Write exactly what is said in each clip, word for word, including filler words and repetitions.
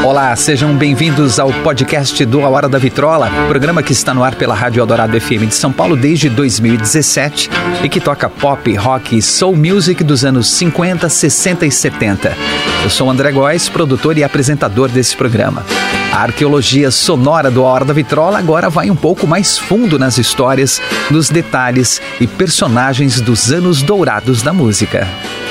Olá, sejam bem-vindos ao podcast do A Hora da Vitrola, programa que está no ar pela Rádio Eldorado F M de São Paulo desde dois mil e dezessete e que toca pop, rock e soul music dos anos cinquenta, sessenta e setenta. Eu sou André Góes, produtor e apresentador desse programa. A arqueologia sonora do A Hora da Vitrola agora vai um pouco mais fundo nas histórias, nos detalhes e personagens dos anos dourados da música.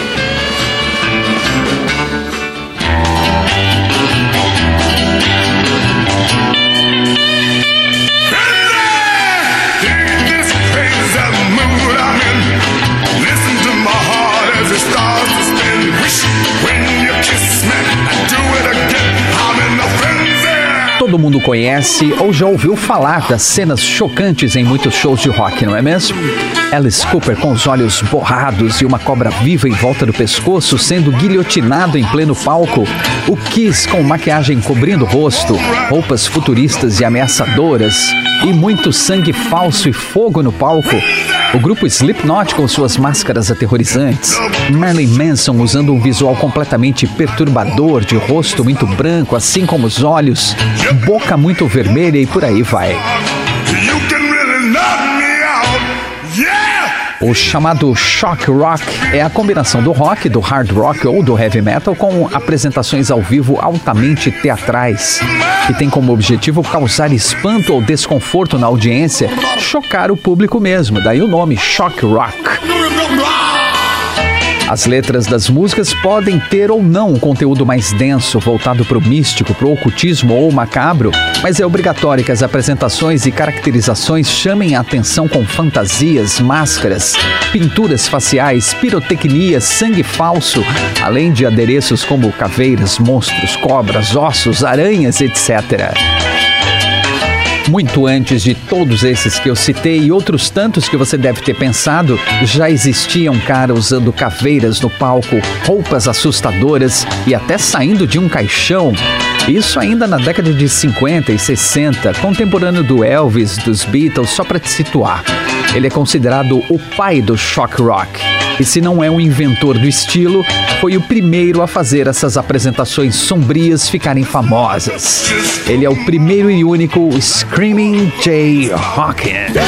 Todo mundo conhece ou já ouviu falar das cenas chocantes em muitos shows de rock, não é mesmo? Alice Cooper com os olhos borrados e uma cobra viva em volta do pescoço sendo guilhotinado em pleno palco. O Kiss com maquiagem cobrindo o rosto, roupas futuristas e ameaçadoras e muito sangue falso e fogo no palco. O grupo Slipknot com suas máscaras aterrorizantes. Marilyn Manson usando um visual completamente perturbador, de rosto muito branco, assim como os olhos, boca muito vermelha e por aí vai. O chamado shock rock é a combinação do rock, do hard rock ou do heavy metal com apresentações ao vivo altamente teatrais, que tem como objetivo causar espanto ou desconforto na audiência, chocar o público mesmo, daí o nome shock rock. As letras das músicas podem ter ou não um conteúdo mais denso, voltado para o místico, para o ocultismo ou macabro, mas é obrigatório que as apresentações e caracterizações chamem a atenção com fantasias, máscaras, pinturas faciais, pirotecnia, sangue falso, além de adereços como caveiras, monstros, cobras, ossos, aranhas, etcétera. Muito antes de todos esses que eu citei e outros tantos que você deve ter pensado, já existia um cara usando caveiras no palco, roupas assustadoras e até saindo de um caixão. Isso ainda na década de cinquenta e sessenta, contemporâneo do Elvis, dos Beatles, só para te situar. Ele é considerado o pai do shock rock. E se não é um inventor do estilo, foi o primeiro a fazer essas apresentações sombrias ficarem famosas. Ele é o primeiro e único Screaming Jay Hawkins.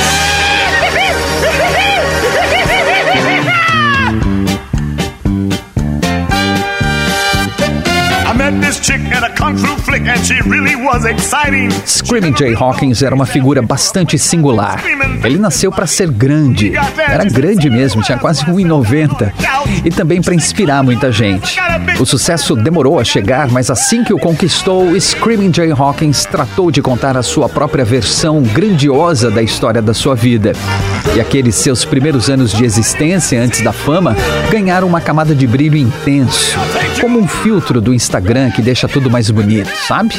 Screaming Jay Hawkins era uma figura bastante singular. Ele nasceu para ser grande. Era grande mesmo, tinha quase um metro e noventa. E também para inspirar muita gente. O sucesso demorou a chegar, mas assim que o conquistou, Screaming Jay Hawkins tratou de contar a sua própria versão grandiosa da história da sua vida. E aqueles seus primeiros anos de existência, antes da fama, ganharam uma camada de brilho intenso, como um filtro do Instagram que deixa tudo mais bonito, sabe?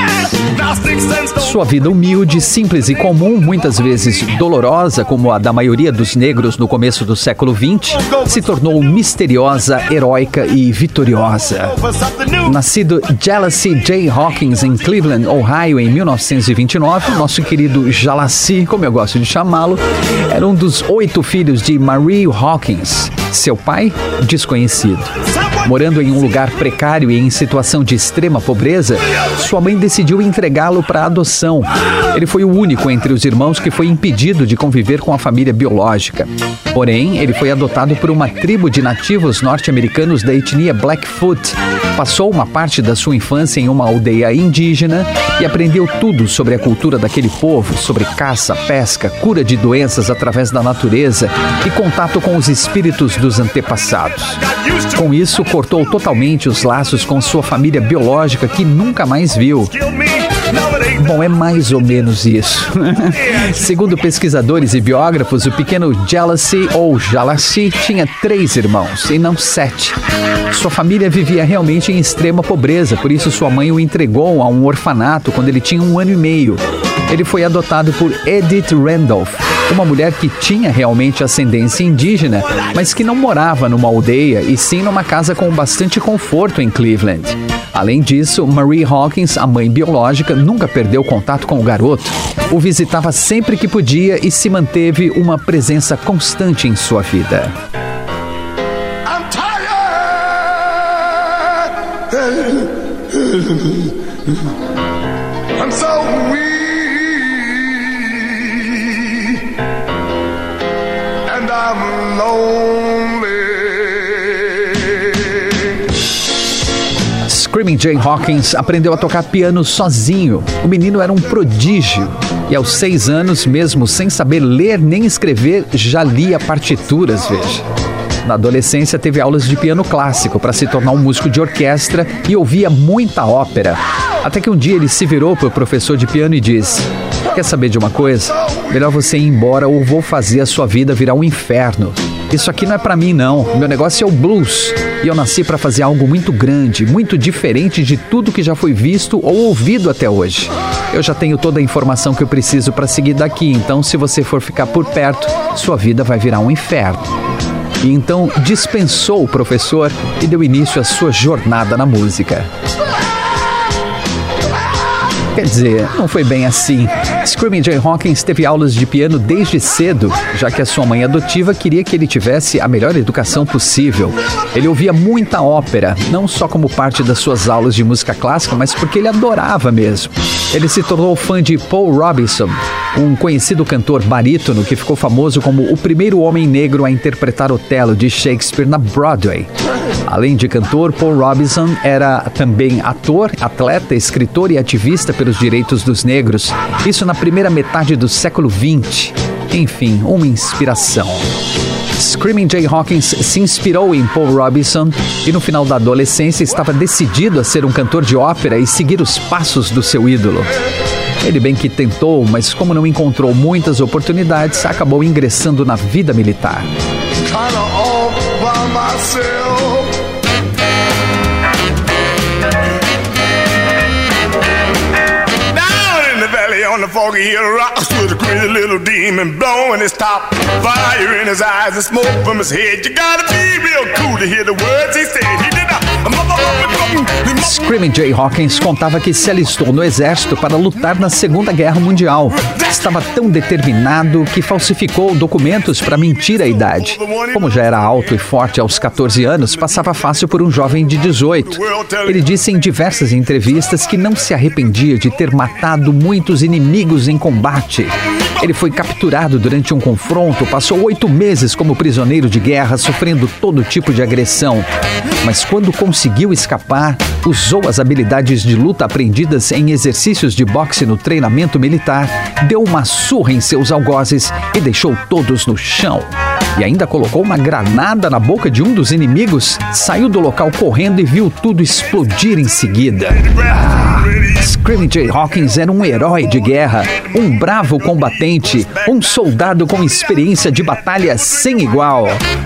Sua vida humilde, simples e comum, muitas vezes dolorosa, como a da maioria dos negros no começo do século vinte, se tornou misteriosa, heróica e vitoriosa. Nascido Jealousy Jay Hawkins em Cleveland, Ohio, em mil novecentos e vinte e nove, nosso querido Jalassi, como eu gosto de chamá-lo, era um dos oito filhos de Marie Hawkins. Seu pai, desconhecido. Morando em um lugar precário e em situação de extrema pobreza, sua mãe decidiu entregá-lo para adoção. Ele foi o único entre os irmãos que foi impedido de conviver com a família biológica. Porém, ele foi adotado por uma tribo de nativos norte-americanos da etnia Blackfoot. Passou uma parte da sua infância em uma aldeia indígena e aprendeu tudo sobre a cultura daquele povo, sobre caça, pesca, cura de doenças através da natureza e contato com os espíritos dos antepassados. Com isso, cortou totalmente os laços com sua família biológica que nunca mais viu. Bom, é mais ou menos isso. Segundo pesquisadores e biógrafos, o pequeno Jealousy ou Jalassi tinha três irmãos e não sete. Sua família vivia realmente em extrema pobreza, por isso sua mãe o entregou a um orfanato quando ele tinha um ano e meio. Ele foi adotado por Edith Randolph, uma mulher que tinha realmente ascendência indígena, mas que não morava numa aldeia e sim numa casa com bastante conforto em Cleveland. Além disso, Marie Hawkins, a mãe biológica, nunca perdeu contato com o garoto. O visitava sempre que podia e se manteve uma presença constante em sua vida. I'm tired. I'm so weak, and I'm lonely. Screaming Jay Hawkins aprendeu a tocar piano sozinho. O menino era um prodígio. E aos seis anos, mesmo sem saber ler nem escrever, já lia partituras, veja. Na adolescência, teve aulas de piano clássico para se tornar um músico de orquestra e ouvia muita ópera. Até que um dia ele se virou para o professor de piano e disse: quer saber de uma coisa? Melhor você ir embora ou vou fazer a sua vida virar um inferno. Isso aqui não é pra mim, não. Meu negócio é o blues. E eu nasci pra fazer algo muito grande, muito diferente de tudo que já foi visto ou ouvido até hoje. Eu já tenho toda a informação que eu preciso pra seguir daqui, então se você for ficar por perto, sua vida vai virar um inferno. E então dispensou o professor e deu início à sua jornada na música. Quer dizer, não foi bem assim. Screaming Jay Hawkins teve aulas de piano desde cedo, já que a sua mãe adotiva queria que ele tivesse a melhor educação possível. Ele ouvia muita ópera, não só como parte das suas aulas de música clássica, mas porque ele adorava mesmo. Ele se tornou fã de Paul Robeson, um conhecido cantor barítono que ficou famoso como o primeiro homem negro a interpretar Otelo de Shakespeare na Broadway. Além de cantor, Paul Robeson era também ator, atleta, escritor e ativista pelos direitos dos negros. Isso na primeira metade do século vinte. Enfim, uma inspiração. Screaming Jay Hawkins se inspirou em Paul Robeson e no final da adolescência estava decidido a ser um cantor de ópera e seguir os passos do seu ídolo. Ele bem que tentou, mas como não encontrou muitas oportunidades, acabou ingressando na vida militar. On the foggy hill rocks with a crazy little demon blowing his top, fire in his eyes and smoke from his head. You gotta be real cool to hear the words he said. He did a Screaming Jay Hawkins contava que se alistou no exército para lutar na Segunda Guerra Mundial. Estava tão determinado que falsificou documentos para mentir a idade. Como já era alto e forte aos catorze anos, passava fácil por um jovem de dezoito. Ele disse em diversas entrevistas que não se arrependia de ter matado muitos inimigos em combate. Ele foi capturado durante um confronto, passou oito meses como prisioneiro de guerra, sofrendo todo tipo de agressão. Mas quando conseguiu escapar, usou as habilidades de luta aprendidas em exercícios de boxe no treinamento militar, deu uma surra em seus algozes e deixou todos no chão. E ainda colocou uma granada na boca de um dos inimigos, saiu do local correndo e viu tudo explodir em seguida. Ah, Screaming Jay Hawkins era um herói de guerra, um bravo combatente, um soldado com experiência de batalha sem igual.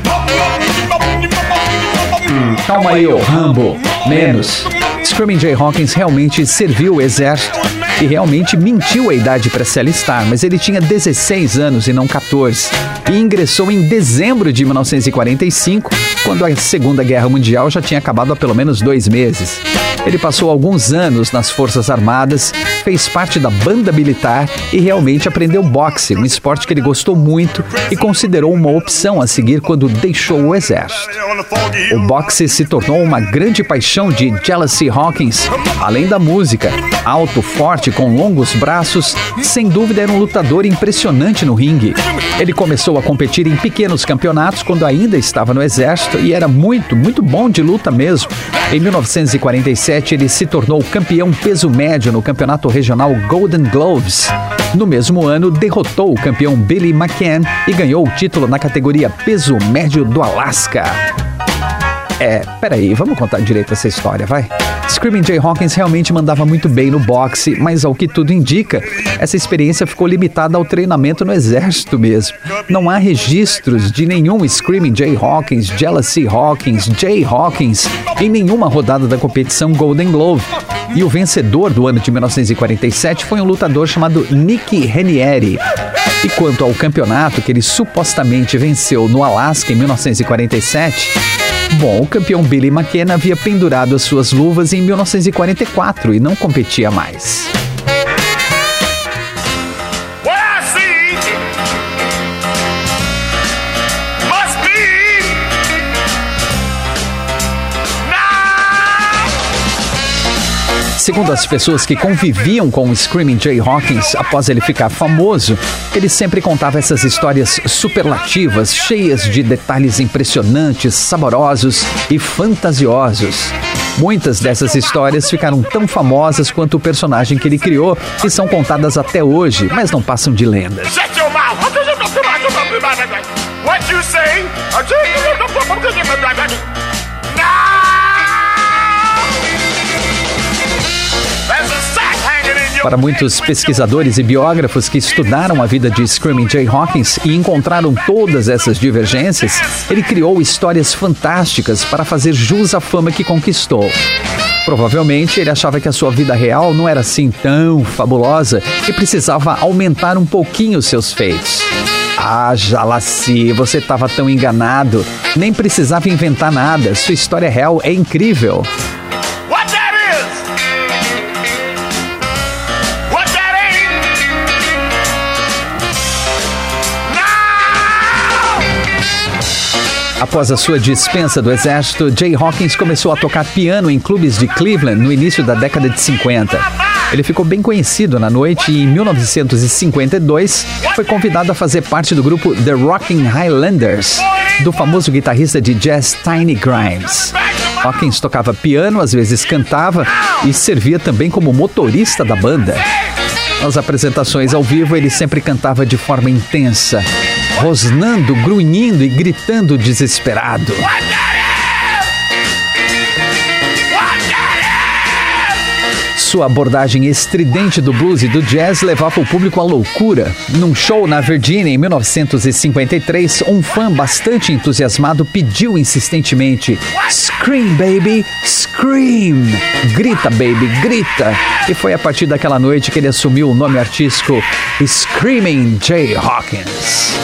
Hum, calma aí, ô Rambo. Menos. Screaming Jay Hawkins realmente serviu o exército e realmente mentiu a idade para se alistar, mas ele tinha dezesseis anos e não catorze. E ingressou em dezembro de mil novecentos e quarenta e cinco, quando a Segunda Guerra Mundial já tinha acabado há pelo menos dois meses. Ele passou alguns anos nas Forças Armadas, fez parte da banda militar e realmente aprendeu boxe, um esporte que ele gostou muito e considerou uma opção a seguir quando deixou o exército. O boxe se tornou uma grande paixão de Jealousy Hawkins. Além da música, alto, forte, com longos braços, sem dúvida era um lutador impressionante no ringue. Ele começou a competir em pequenos campeonatos quando ainda estava no exército e era muito, muito bom de luta mesmo. Em mil novecentos e quarenta e sete, ele se tornou campeão peso médio no campeonato regional Golden Gloves. No mesmo ano, derrotou o campeão Billy McCann e ganhou o título na categoria peso médio do Alasca. É, peraí, vamos contar direito essa história, vai? Screaming Jay Hawkins realmente mandava muito bem no boxe, mas ao que tudo indica, essa experiência ficou limitada ao treinamento no exército mesmo. Não há registros de nenhum Screaming Jay Hawkins, Jealousy Hawkins, Jay Hawkins em nenhuma rodada da competição Golden Glove. E o vencedor do ano de mil novecentos e quarenta e sete foi um lutador chamado Nick Ranieri. E quanto ao campeonato que ele supostamente venceu no Alasca em mil novecentos e quarenta e sete... Bom, o campeão Billy McCann havia pendurado as suas luvas em mil novecentos e quarenta e quatro e não competia mais. Segundo as pessoas que conviviam com o Screaming Jay Hawkins após ele ficar famoso, ele sempre contava essas histórias superlativas, cheias de detalhes impressionantes, saborosos e fantasiosos. Muitas dessas histórias ficaram tão famosas quanto o personagem que ele criou e são contadas até hoje, mas não passam de lendas. Para muitos pesquisadores e biógrafos que estudaram a vida de Screaming Jay Hawkins e encontraram todas essas divergências, ele criou histórias fantásticas para fazer jus à fama que conquistou. Provavelmente ele achava que a sua vida real não era assim tão fabulosa e precisava aumentar um pouquinho seus feitos. Ah, Jalassi, você estava tão enganado. Nem precisava inventar nada. Sua história real é incrível. Após a sua dispensa do exército, Jay Hawkins começou a tocar piano em clubes de Cleveland no início da década de cinquenta. Ele ficou bem conhecido na noite e em mil novecentos e cinquenta e dois foi convidado a fazer parte do grupo The Rockin' Highlanders, do famoso guitarrista de jazz Tiny Grimes. Hawkins tocava piano, às vezes cantava e servia também como motorista da banda. Nas apresentações ao vivo, ele sempre cantava de forma intensa, rosnando, grunhindo e gritando desesperado. Sua abordagem estridente do blues e do jazz levava o público à loucura. Num show na Virgínia em mil novecentos e cinquenta e três, um fã bastante entusiasmado pediu insistentemente: "Scream, baby, scream! Grita, baby, grita!" E foi a partir daquela noite que ele assumiu o nome artístico Screaming Jay Hawkins.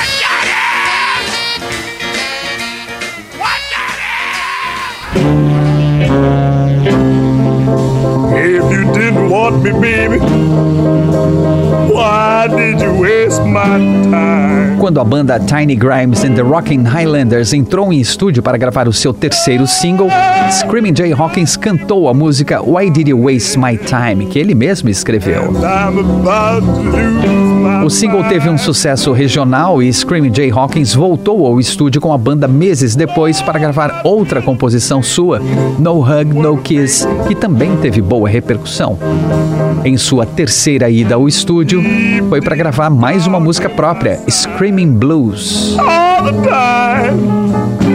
If you didn't want me, baby, why did you waste my time? Quando a banda Tiny Grimes and the Rockin' Highlanders entrou em estúdio para gravar o seu terceiro single, Screaming Jay Hawkins cantou a música Why Did You Waste My Time, que ele mesmo escreveu. O single teve um sucesso regional e Screaming Jay Hawkins voltou ao estúdio com a banda meses depois para gravar outra composição sua, No Hug, No Kiss, que também teve boa repercussão. Em sua terceira ida ao estúdio, foi para gravar mais uma música própria, Screaming Blues. All the time.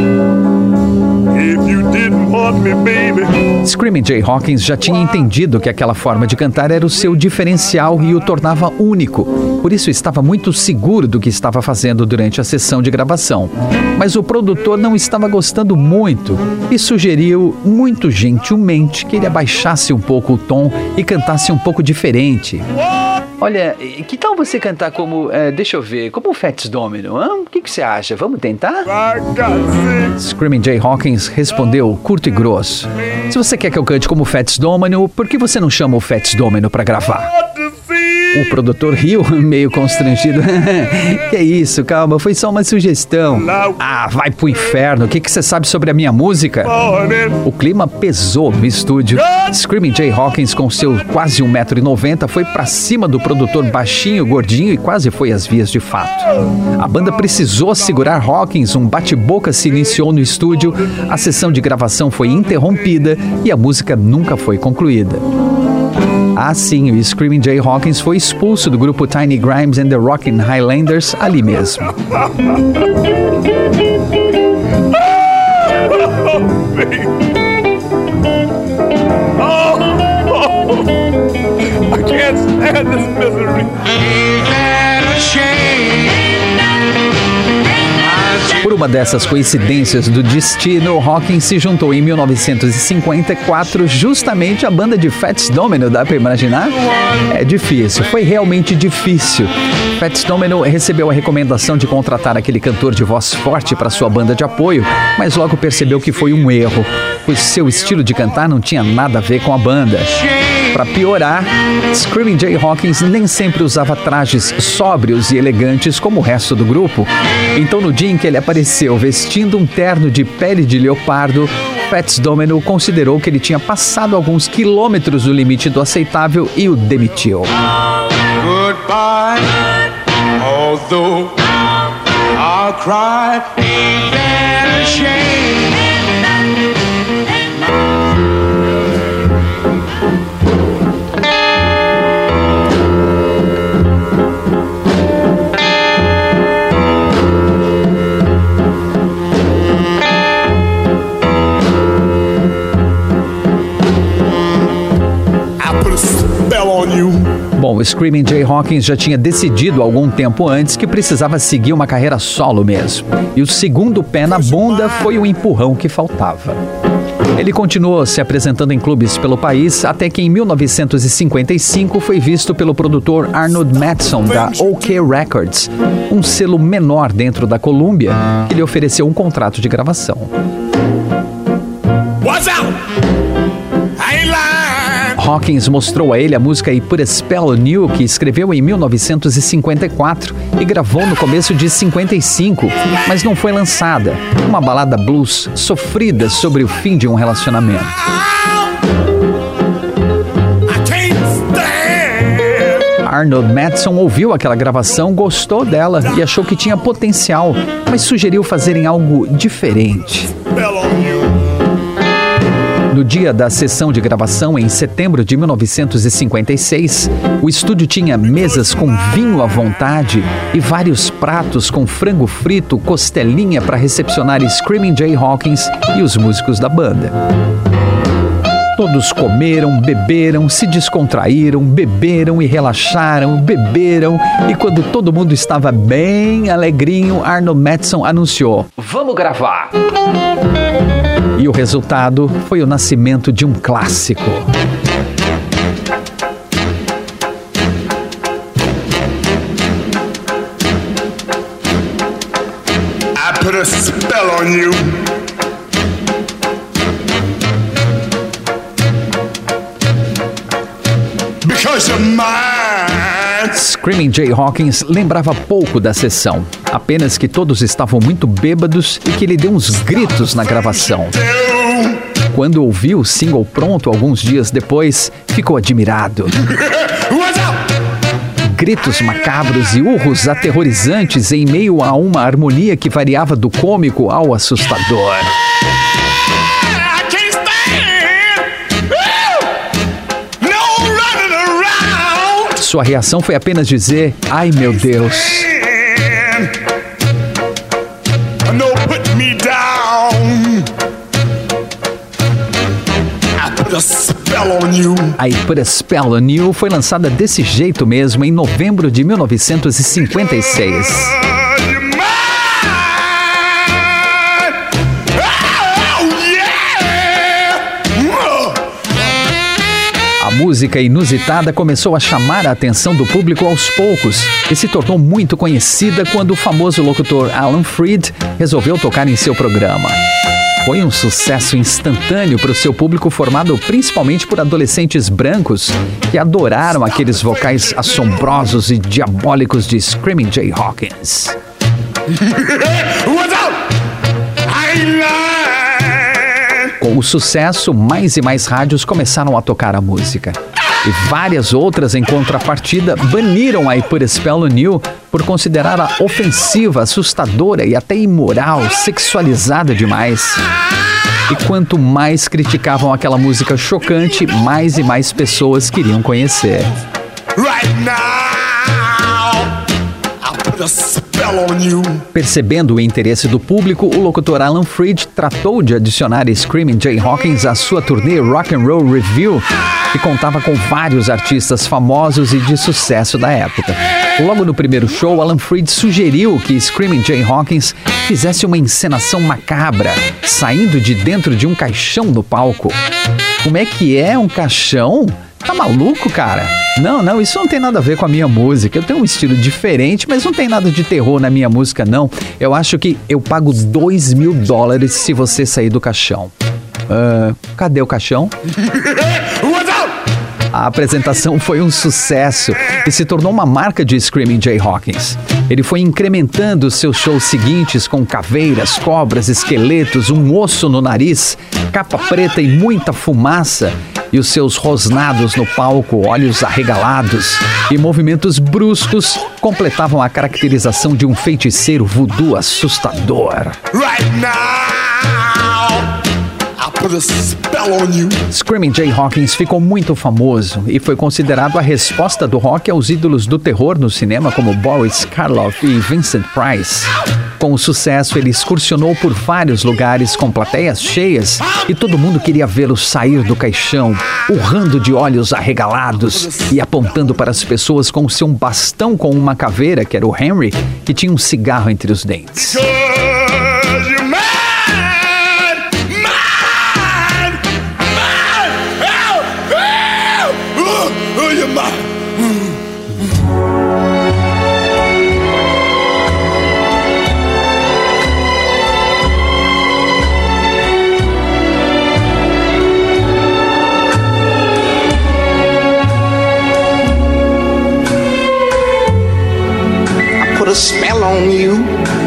If you didn't want me, baby. Screaming Jay Hawkins já tinha entendido que aquela forma de cantar era o seu diferencial e o tornava único. Por isso estava muito seguro do que estava fazendo durante a sessão de gravação. Mas o produtor não estava gostando muito e sugeriu muito gentilmente que ele abaixasse um pouco o tom e cantasse um pouco diferente. Olha, que tal você cantar como, uh, deixa eu ver, como o Fats Domino, hein? O que, que você acha? Vamos tentar? Screaming Jay Hawkins respondeu curto e grosso: se você quer que eu cante como o Fats Domino, por que você não chama o Fats Domino pra gravar? O produtor riu, meio constrangido. Que isso, calma, foi só uma sugestão. Ah, vai pro inferno, o que, que você sabe sobre a minha música? O clima pesou no estúdio. Screaming Jay Hawkins, com seu quase um metro e noventa, foi pra cima do produtor baixinho, gordinho e quase foi às vias de fato. A banda precisou segurar Hawkins, um bate-boca se iniciou no estúdio, a sessão de gravação foi interrompida e a música nunca foi concluída. Assim, o Screaming Jay Hawkins foi expulso do grupo Tiny Grimes and the Rockin' Highlanders ali mesmo. Oh, oh, I can't stand this misery. Por uma dessas coincidências do destino, Hawkins se juntou em mil novecentos e cinquenta e quatro justamente à banda de Fats Domino, dá pra imaginar? É difícil, foi realmente difícil. Fats Domino recebeu a recomendação de contratar aquele cantor de voz forte para sua banda de apoio, mas logo percebeu que foi um erro, pois seu estilo de cantar não tinha nada a ver com a banda. Para piorar, Screaming Jay Hawkins nem sempre usava trajes sóbrios e elegantes como o resto do grupo. Então, no dia em que ele apareceu vestindo um terno de pele de leopardo, Fats Domino considerou que ele tinha passado alguns quilômetros do limite do aceitável e o demitiu. Goodbye, although I'll cry, ain't that a shame? Bom, o Screaming Jay Hawkins já tinha decidido algum tempo antes que precisava seguir uma carreira solo mesmo. E o segundo pé na bunda foi o empurrão que faltava. Ele continuou se apresentando em clubes pelo país até que em mil novecentos e cinquenta e cinco foi visto pelo produtor Arnold Matson da OK Records, um selo menor dentro da Columbia, que lhe ofereceu um contrato de gravação. What's up? I ain't lying. Hawkins mostrou a ele a música I Put a Spell on You, que escreveu em mil novecentos e cinquenta e quatro e gravou no começo de cinquenta e cinco, mas não foi lançada. Uma balada blues sofrida sobre o fim de um relacionamento. Arnold Matson ouviu aquela gravação, gostou dela e achou que tinha potencial, mas sugeriu fazerem algo diferente. No dia da sessão de gravação, em setembro de mil novecentos e cinquenta e seis, o estúdio tinha mesas com vinho à vontade e vários pratos com frango frito, costelinha para recepcionar Screaming Jay Hawkins e os músicos da banda. Todos comeram, beberam, se descontraíram, beberam e relaxaram, beberam, e quando todo mundo estava bem alegrinho, Arnold Matson anunciou: "Vamos gravar!" E o resultado foi o nascimento de um clássico. I put a spell on you. Because you're mine. Screaming Jay Hawkins lembrava pouco da sessão, apenas que todos estavam muito bêbados e que ele deu uns gritos na gravação. Quando ouviu o single pronto alguns dias depois, ficou admirado. Gritos macabros e urros aterrorizantes em meio a uma harmonia que variava do cômico ao assustador. Sua reação foi apenas dizer: "Ai, meu Deus." I Put a Spell on You foi lançada desse jeito mesmo em novembro de mil novecentos e cinquenta e seis. A música inusitada começou a chamar a atenção do público aos poucos e se tornou muito conhecida quando o famoso locutor Alan Freed resolveu tocar em seu programa. Foi um sucesso instantâneo para o seu público, formado principalmente por adolescentes brancos que adoraram aqueles vocais assombrosos e diabólicos de Screaming Jay Hawkins. Com o sucesso, mais e mais rádios começaram a tocar a música. E várias outras, em contrapartida, baniram a I Put a Spell on You por considerá-la ofensiva, assustadora e até imoral, sexualizada demais. E quanto mais criticavam aquela música chocante, mais e mais pessoas queriam conhecer. Right now, I'll put a spell on you. Percebendo o interesse do público, o locutor Alan Freed tratou de adicionar Screaming Jay Hawkins à sua turnê Rock and Roll Review, que contava com vários artistas famosos e de sucesso da época. Logo no primeiro show, Alan Freed sugeriu que Screaming Jay Hawkins fizesse uma encenação macabra, saindo de dentro de um caixão no palco. Como é que é um caixão? Tá maluco, cara? Não, não, isso não tem nada a ver com a minha música. Eu tenho um estilo diferente, mas não tem nada de terror na minha música, não. Eu acho que eu pago dois mil dólares se você sair do caixão. Uh, cadê o caixão? A apresentação foi um sucesso e se tornou uma marca de Screaming Jay Hawkins. Ele foi incrementando seus shows seguintes com caveiras, cobras, esqueletos, um osso no nariz, capa preta e muita fumaça, e os seus rosnados no palco, olhos arregalados e movimentos bruscos completavam a caracterização de um feiticeiro voodoo assustador. Right now, I put a spell on you. Screaming Jay Hawkins ficou muito famoso e foi considerado a resposta do rock aos ídolos do terror no cinema como Boris Karloff e Vincent Price. Com o sucesso, ele excursionou por vários lugares com plateias cheias e todo mundo queria vê-lo sair do caixão, urrando de olhos arregalados e apontando para as pessoas com seu bastão com uma caveira, que era o Henry, que tinha um cigarro entre os dentes. A spell on you.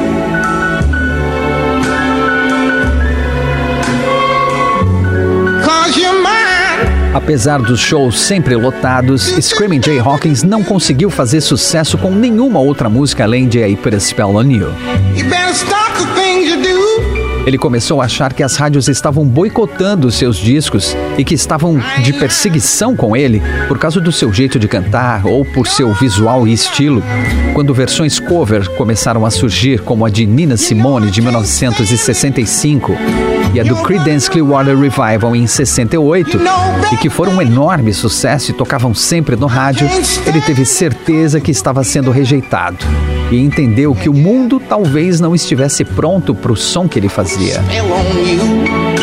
Cause you're mine. Apesar dos shows sempre lotados, Screaming Jay Hawkins não conseguiu fazer sucesso com nenhuma outra música além de I Put a Spell on You. You better stop the things you do. Ele começou a achar que as rádios estavam boicotando seus discos e que estavam de perseguição com ele por causa do seu jeito de cantar ou por seu visual e estilo. Quando versões cover começaram a surgir, como a de Nina Simone de mil novecentos e sessenta e cinco e a do Creedence Clearwater Revival em sessenta e oito, e que foram um enorme sucesso e tocavam sempre no rádio, ele teve certeza que estava sendo rejeitado e entendeu que o mundo talvez não estivesse pronto para o som que ele fazia. Spell on you.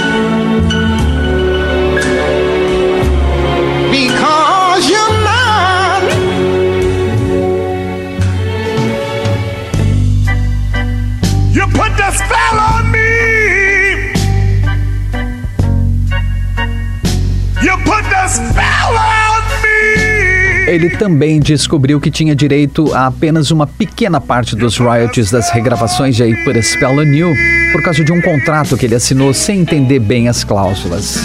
Because you're mine. You put the spell on me. You put the spell on me. Ele também descobriu que tinha direito a apenas uma pequena parte dos royalties das regravações de I Put a Spell on You, por causa de um contrato que ele assinou sem entender bem as cláusulas.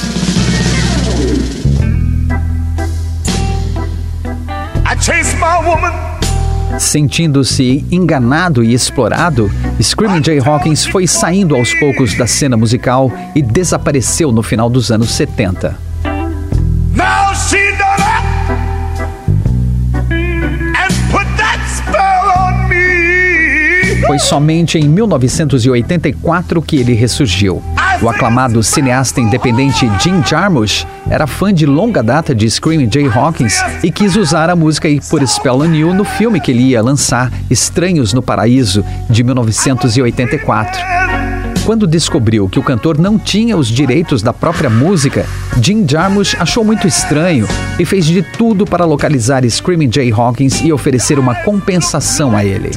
I chased my woman. Sentindo-se enganado e explorado, Screaming Jay Hawkins foi saindo aos poucos da cena musical e desapareceu no final dos anos setenta. Now she done it and put that spell on me. Foi somente em mil novecentos e oitenta e quatro que ele ressurgiu. O aclamado cineasta independente Jim Jarmusch era fã de longa data de Screaming Jay Hawkins e quis usar a música I Put a Spell on You no filme que ele ia lançar, Estranhos no Paraíso, de mil novecentos e oitenta e quatro. Quando descobriu que o cantor não tinha os direitos da própria música, Jim Jarmusch achou muito estranho e fez de tudo para localizar Screaming Jay Hawkins e oferecer uma compensação a ele.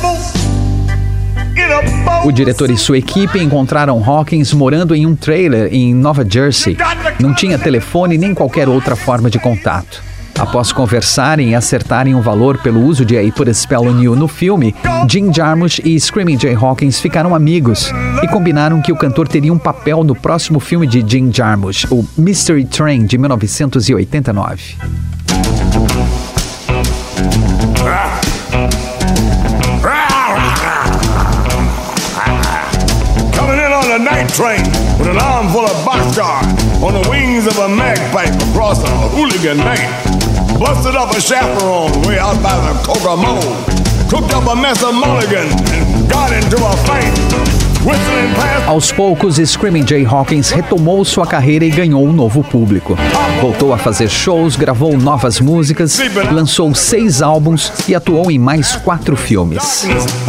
O diretor e sua equipe encontraram Hawkins morando em um trailer em Nova Jersey. Não tinha telefone nem qualquer outra forma de contato. Após conversarem e acertarem um valor pelo uso de I Put a Spell on You no filme, Jim Jarmusch e Screaming Jay Hawkins ficaram amigos e combinaram que o cantor teria um papel no próximo filme de Jim Jarmusch, o Mystery Train, de mil novecentos e oitenta e nove. A night train with an arm full of boxcars on the wings of a magpipe across a hooligan night. Busted up a chaperone way out by the Kokomo. Cooked up a mess of mulligans and got into a fight. Whistling past. Aos poucos, Screaming Jay Hawkins retomou sua carreira e ganhou um novo público. Voltou a fazer shows, gravou novas músicas, lançou seis álbuns e atuou em mais quatro filmes.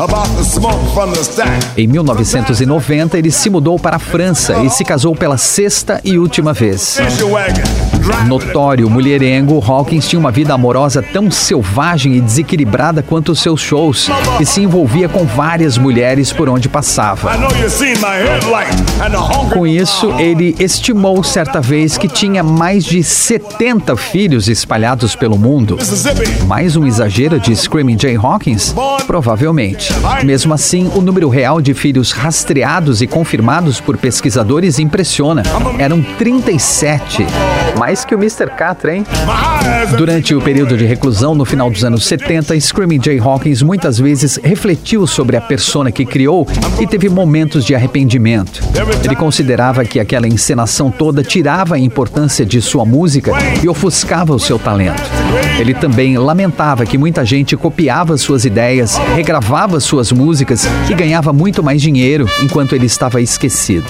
Em mil novecentos e noventa, ele se mudou para a França e se casou pela sexta e última vez. Notório mulherengo, Hawkins tinha uma vida amorosa tão selvagem e desequilibrada quanto os seus shows e se envolvia com várias mulheres por onde passava. Com isso, ele estimou certa vez que tinha mais de setenta filhos espalhados pelo mundo. Mais um exagero de Screaming Jay Hawkins? Provavelmente. Mesmo assim, o número real de filhos rastreados e confirmados por pesquisadores impressiona. Eram trinta e sete. Mais que o mister Catra, hein? Durante o período de reclusão, no final dos anos setenta, Screaming Jay Hawkins muitas vezes refletiu sobre a persona que criou e teve momentos de arrependimento. Ele considerava que aquela encenação toda tirava a importância de sua música e ofuscava o seu talento. Ele também lamentava que muita gente copiava suas ideias, regravava suas músicas e ganhava muito mais dinheiro enquanto ele estava esquecido.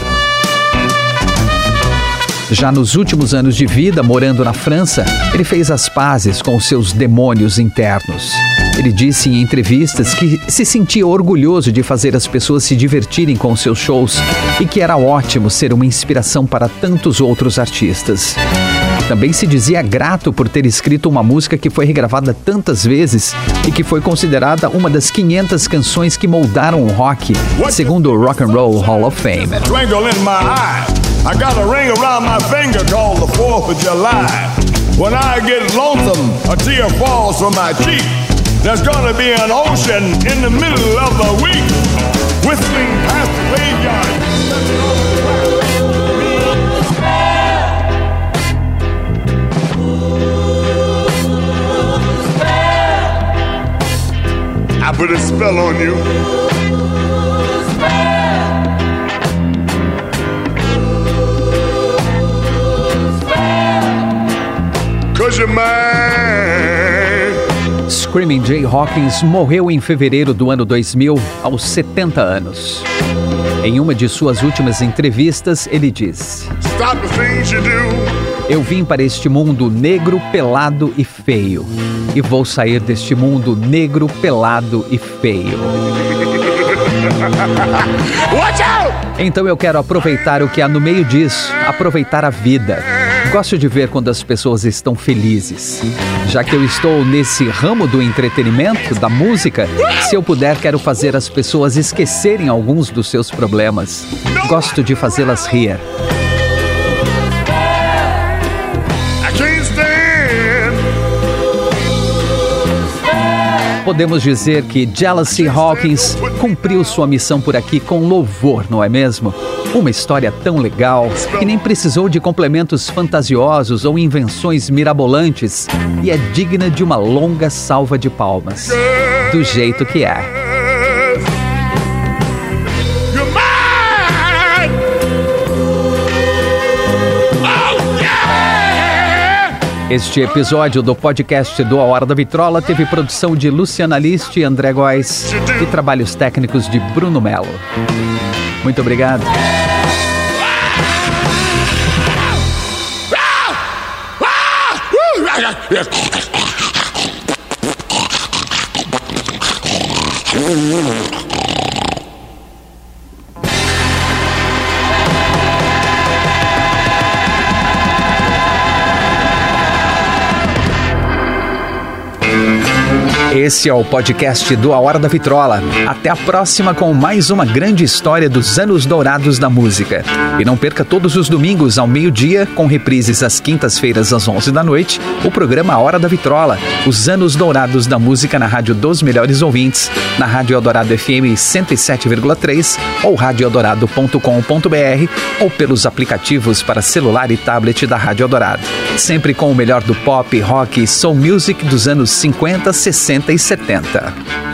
Já nos últimos anos de vida, morando na França, ele fez as pazes com os seus demônios internos. Ele disse em entrevistas que se sentia orgulhoso de fazer as pessoas se divertirem com seus shows e que era ótimo ser uma inspiração para tantos outros artistas. Também se dizia grato por ter escrito uma música que foi regravada tantas vezes e que foi considerada uma das quinhentas canções que moldaram o rock, segundo o Rock and Roll Hall of Fame. I got a ring around my finger called the fourth of July. When I get lonesome, a tear falls from my cheek. There's gonna be an ocean in the middle of the week, whistling past the graveyard. I put a spell on you. Screaming Jay Hawkins morreu em fevereiro do ano dois mil, aos setenta anos. Em uma de suas últimas entrevistas, ele disse: "Eu vim para este mundo negro, pelado e feio. E vou sair deste mundo negro, pelado e feio." Então eu quero aproveitar o que há no meio disso, aproveitar a vida. Gosto de ver quando as pessoas estão felizes. Já que eu estou nesse ramo do entretenimento, da música, se eu puder, quero fazer as pessoas esquecerem alguns dos seus problemas. Gosto de fazê-las rir. Podemos dizer que Jealousy Hawkins cumpriu sua missão por aqui com louvor, não é mesmo? Uma história tão legal que nem precisou de complementos fantasiosos ou invenções mirabolantes e é digna de uma longa salva de palmas. Do jeito que é. Este episódio do podcast do A Hora da Vitrola teve produção de Luciana List e André Góes e trabalhos técnicos de Bruno Melo. Muito obrigado. Esse é o podcast do A Hora da Vitrola. Até a próxima com mais uma grande história dos anos dourados da música. E não perca todos os domingos ao meio-dia, com reprises às quintas-feiras às onze da noite, o programa A Hora da Vitrola, os anos dourados da música na Rádio dos Melhores Ouvintes, na Rádio Eldorado F M cento e sete vírgula três ou rádio eldorado ponto com ponto b r ou pelos aplicativos para celular e tablet da Rádio Eldorado. Sempre com o melhor do pop, rock e soul music dos anos cinquenta, sessenta e setenta.